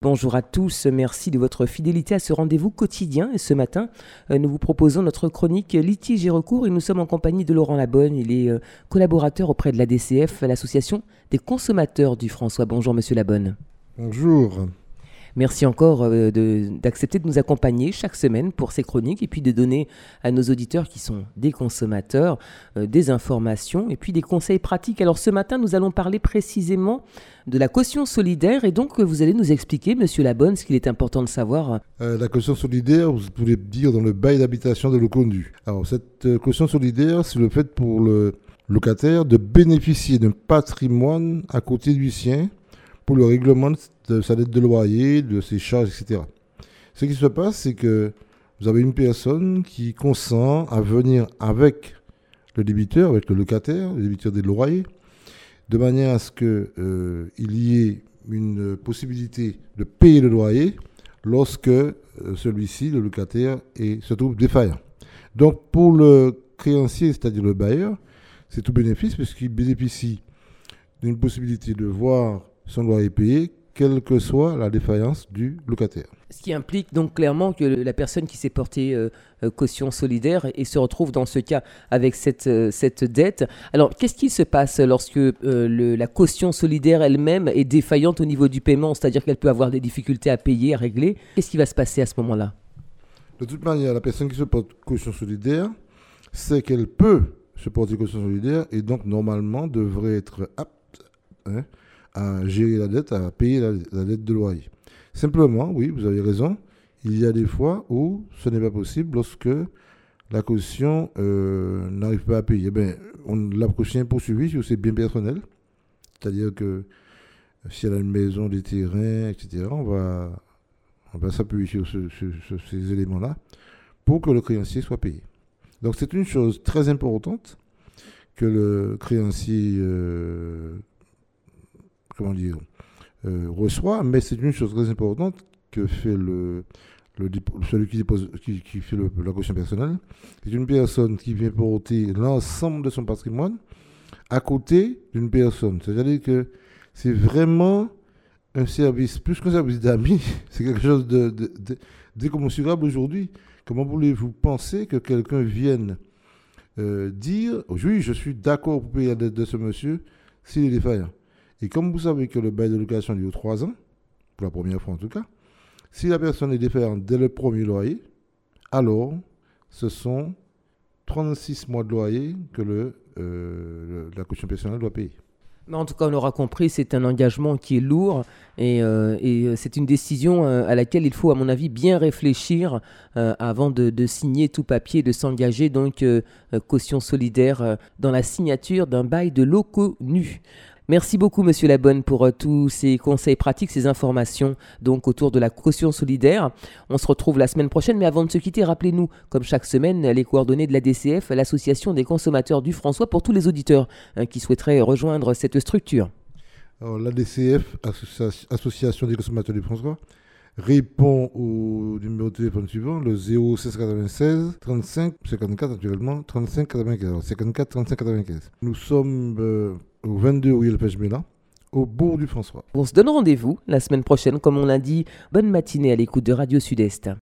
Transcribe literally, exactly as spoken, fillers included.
Bonjour à tous, merci de votre fidélité à ce rendez-vous quotidien. Et ce matin, nous vous proposons notre chronique Litige et recours et nous sommes en compagnie de Laurent Labonne. Il est collaborateur auprès de l'A D C F, l'association des consommateurs du François. Bonjour Monsieur Labonne. Bonjour. Merci encore de, d'accepter de nous accompagner chaque semaine pour ces chroniques et puis de donner à nos auditeurs qui sont des consommateurs euh, des informations et puis des conseils pratiques. Alors ce matin, nous allons parler précisément de la caution solidaire et donc vous allez nous expliquer, Monsieur Labonne, ce qu'il est important de savoir. Euh, la caution solidaire, vous pouvez dire dans le bail d'habitation de locaux nus. Alors cette euh, caution solidaire, c'est le fait pour le locataire de bénéficier d'un patrimoine à côté du sien pour le règlement de sa dette de loyer, de ses charges, et cetera. Ce qui se passe, c'est que vous avez une personne qui consent à venir avec le débiteur, avec le locataire, le débiteur des loyers, de manière à ce qu'il euh, y ait une possibilité de payer le loyer lorsque euh, celui-ci, le locataire, est, se trouve défaillant. Donc pour le créancier, c'est-à-dire le bailleur, c'est tout bénéfice puisqu'il bénéficie d'une possibilité de voir son loyer payé, quelle que soit la défaillance du locataire. Ce qui implique donc clairement que la personne qui s'est portée euh, caution solidaire et se retrouve dans ce cas avec cette, euh, cette dette. Alors, qu'est-ce qui se passe lorsque euh, le, la caution solidaire elle-même est défaillante au niveau du paiement, c'est-à-dire qu'elle peut avoir des difficultés à payer, à régler? Qu'est-ce qui va se passer à ce moment-là? De toute manière, la personne qui se porte caution solidaire sait qu'elle peut se porter caution solidaire et donc normalement devrait être apte hein, à gérer la dette, à payer la, la dette de loyer. Simplement, oui, vous avez raison, il y a des fois où ce n'est pas possible lorsque la caution euh, n'arrive pas à payer. Eh bien, on, la caution est poursuivie sur ses biens personnels, c'est-à-dire que si elle a une maison, des terrains, et cetera, on va, on va s'appuyer sur, ce, sur, sur ces éléments-là pour que le créancier soit payé. Donc c'est une chose très importante que le créancier euh, comment dire, euh, reçoit, mais c'est une chose très importante que fait le, le celui qui, dépose, qui, qui fait le, la caution personnelle. C'est une personne qui vient porter l'ensemble de son patrimoine à côté d'une personne. C'est-à-dire que c'est vraiment un service, plus qu'un service d'amis, c'est quelque chose de, de, de, d'incommensurable aujourd'hui. Comment voulez-vous penser que quelqu'un vienne euh, dire « Oui, je suis d'accord pour payer la dette de ce monsieur s'il est défaillant ». Et comme vous savez que le bail de location dure trois ans, pour la première fois en tout cas, si la personne est défaillante dès le premier loyer, alors ce sont trente-six mois de loyer que le, euh, le, la caution personnelle doit payer. Mais en tout cas, on l'aura compris, c'est un engagement qui est lourd et, euh, et c'est une décision euh, à laquelle il faut, à mon avis, bien réfléchir euh, avant de, de signer tout papier, de s'engager donc euh, caution solidaire euh, dans la signature d'un bail de locaux nus. Merci beaucoup, Monsieur Labonne, pour euh, tous ces conseils pratiques, ces informations donc autour de la caution solidaire. On se retrouve la semaine prochaine, mais avant de se quitter, rappelez-nous, comme chaque semaine, les coordonnées de l'A D C F, l'association des consommateurs du François, pour tous les auditeurs hein, qui souhaiteraient rejoindre cette structure. Alors, l'A D C F, Associ- Association des consommateurs du François, répond au numéro de téléphone suivant, le zéro six quatre-vingt-seize trente-cinq cinquante-quatre, actuellement, trente-cinq quatre-vingt-quinze, cinquante-quatre trente-cinq quatre-vingt-quinze. Nous sommes euh, au vingt-deux rue El Pechmela, au bourg du François. On se donne rendez-vous la semaine prochaine, comme on l'a dit. Bonne matinée à l'écoute de Radio Sud-Est.